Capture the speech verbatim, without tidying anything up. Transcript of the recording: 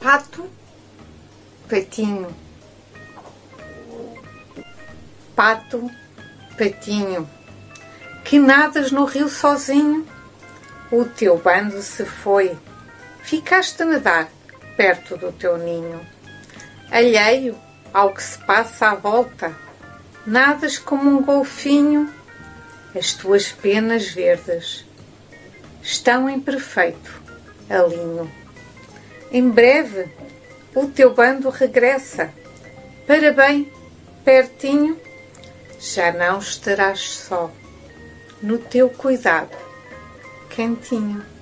Pato, patinho. Pato, patinho, que nadas no rio sozinho. O teu bando se foi, ficaste a nadar perto do teu ninho. Alheio ao que se passa à volta, nadas como um golfinho. As tuas penas verdes estão em perfeito alinho. Em breve o teu bando regressa, para bem pertinho. Já não estarás só, no teu cuidado quentinho.